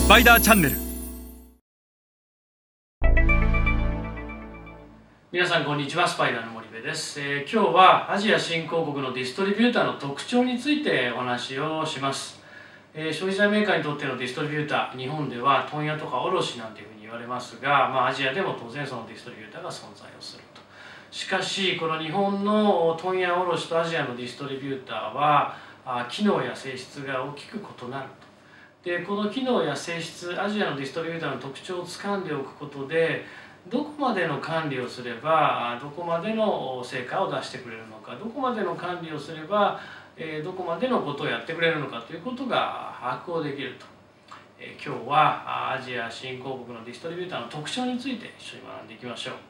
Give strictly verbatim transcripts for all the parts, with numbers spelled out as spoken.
パイダーチャンネル。 皆さんこんにちは、スパイダーの森部です、えー、今日はアジア新興国のディストリビューターの特徴についてお話をします、えー、消費財メーカーにとってのディストリビューター、日本では問屋とか卸なんていうふうに言われますが、まあ、アジアでも当然そのディストリビューターが存在をすると。しかしこの日本の問屋卸とアジアのディストリビューターはあ機能や性質が大きく異なると。でこの機能や性質、アジアのディストリビューターの特徴をつかんでおくことで、どこまでの管理をすればどこまでの成果を出してくれるのか、どこまでの管理をすればどこまでのことをやってくれるのかということが把握をできると。今日はアジア新興国のディストリビューターの特徴について一緒に学んでいきましょう。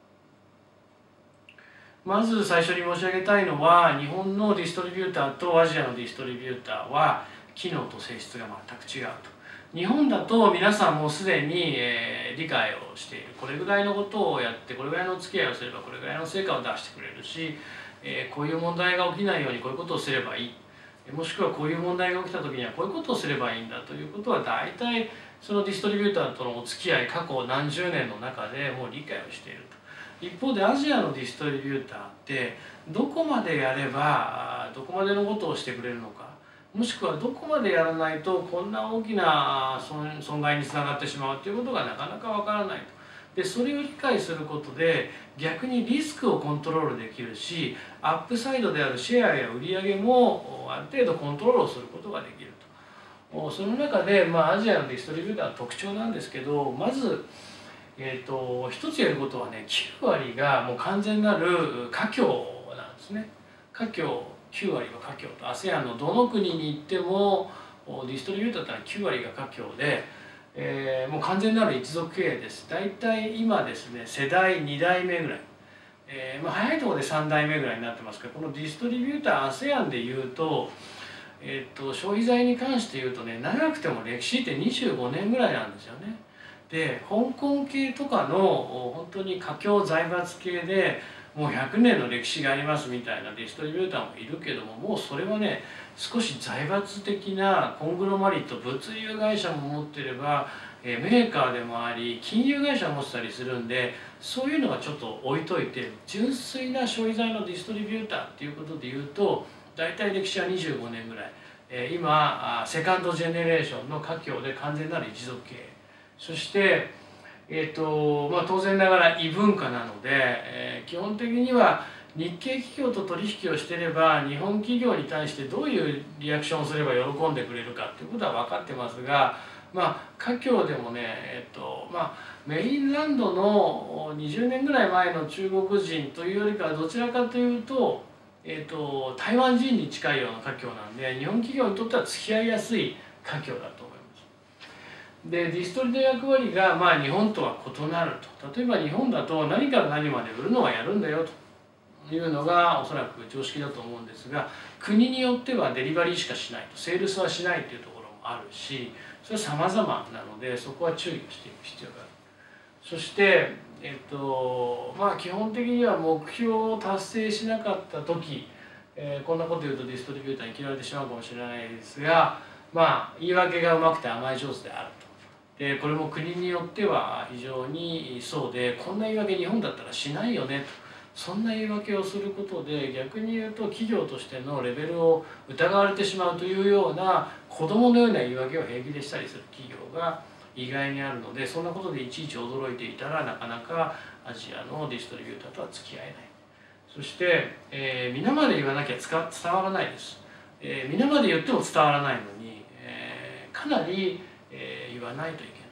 まず最初に申し上げたいのは、日本のディストリビューターとアジアのディストリビューターは機能と性質が全く違うと。日本だと皆さんもうすでに、えー、理解をしている。これぐらいのことをやってこれぐらいのお付き合いをすればこれぐらいの成果を出してくれるし、えー、こういう問題が起きないようにこういうことをすればいい、もしくはこういう問題が起きた時にはこういうことをすればいいんだということは、大体そのディストリビューターとのお付き合い、過去何十年の中でもう理解をしていると。一方でアジアのディストリビューターってどこまでやればどこまでのことをしてくれるのか、もしくはどこまでやらないとこんな大きな損害につながってしまうということがなかなかわからないと。でそれを理解することで逆にリスクをコントロールできるし、アップサイドであるシェアや売上もある程度コントロールをすることができると。その中で、まあ、アジアのディストリビューターの特徴なんですけど、まずえーと、一つやることはね、きゅうわりがもう完全なる華僑なんですね。華僑、きゅうわりは華僑と、アセアン のどの国に行ってもディストリビューターってのはきゅうわりが華僑で、えー、もう完全なる一族経営です。大体今ですね、世代にだいめぐらい、えーまあ、早いところでさんだいめぐらいになってますけど、このディストリビューター アセアン でいうと、えーと、消費財に関して言うとね、長くても歴史ってにじゅうごねんぐらいなんですよね。で香港系とかの本当に華僑財閥系でもうひゃくねんの歴史がありますみたいなディストリビューターもいるけども、もうそれはね、少し財閥的なコングロマリット、物流会社も持ってればメーカーでもあり金融会社も持ってたりするんで、そういうのはちょっと置いといて、純粋な消費財のディストリビューターっていうことでいうと、大体歴史はにじゅうごねんぐらい、今セカンドジェネレーションの華僑で完全なる一族経営、そして、えーとまあ、当然ながら異文化なので、えー、基本的には日系企業と取引をしていれば日本企業に対してどういうリアクションをすれば喜んでくれるかということは分かってますが、まあ華僑でもね、えーとまあ、メインランドのにじゅうねんぐらい前の中国人というよりかはどちらかというと、えーと台湾人に近いような華僑なんで、日本企業にとっては付き合いやすい華僑だと思います。でディストリの役割がまあ日本とは異なると。例えば日本だと何から何まで売るのはやるんだよというのがおそらく常識だと思うんですが、国によってはデリバリーしかしないと、セールスはしないというところもあるし、それは様々なのでそこは注意をしていく必要がある。そしてえっとまあ基本的には目標を達成しなかった時、えー、こんなこと言うとディストリビューターに嫌われてしまうかもしれないですが、まあ言い訳がうまくて甘い上手であると。でこれも国によっては非常にそうで、こんな言い訳日本だったらしないよねと、そんな言い訳をすることで逆に言うと企業としてのレベルを疑われてしまうというような子供のような言い訳を平気でしたりする企業が意外にあるので、そんなことでいちいち驚いていたらなかなかアジアのディストリビューターとは付き合えない。そして、えー、皆まで言わなきゃ伝わらないです。えー、皆まで言っても伝わらないのに、えー、かなりえー、言わないといけない。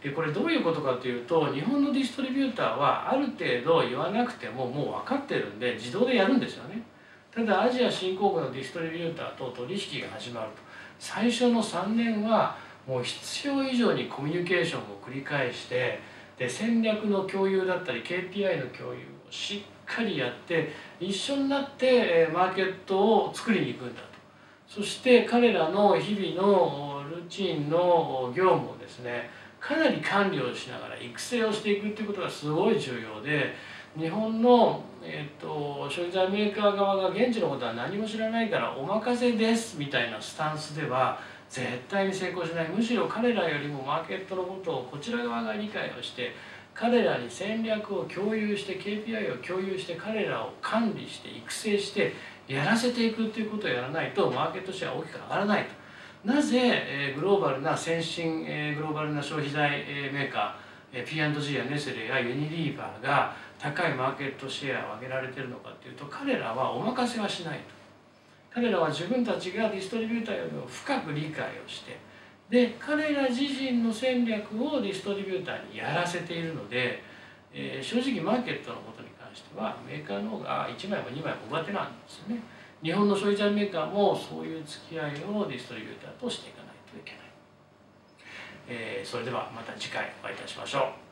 でこれどういうことかというと、日本のディストリビューターはある程度言わなくてももう分かってるんで自動でやるんですよね。ただアジア新興国のディストリビューターと取引が始まると、最初のさんねんはもう必要以上にコミュニケーションを繰り返して、で戦略の共有だったり ケーピーアイ の共有をしっかりやって一緒になってマーケットを作りに行くんだと。そして彼らの日々のルーチンの業務をですね、かなり管理をしながら育成をしていくっていうことがすごい重要で、日本の、えー、と消費財メーカー側が現地のことは何も知らないからお任せですみたいなスタンスでは絶対に成功しない。むしろ彼らよりもマーケットのことをこちら側が理解をして、彼らに戦略を共有して ケーピーアイ を共有して彼らを管理して育成してやらせていくっていうことをやらないとマーケットシェアは大きく上がらないと。なぜ、えー、グローバルな先進、えー、グローバルな消費財、えー、メーカー ピーアンドジー やネスレやユニリーバーが高いマーケットシェアを上げられているのかっていうと、彼らはお任せはしないと。彼らは自分たちがディストリビューターよりも深く理解をして、で彼ら自身の戦略をディストリビューターにやらせているので、えー、正直マーケットのことに関してはメーカーの方がいちまいもにまいも上手なんですよね。日本の消費財メーカーもそういう付き合いをディストリビューターとしていかないといけない。えー、それではまた次回お会いいたしましょう。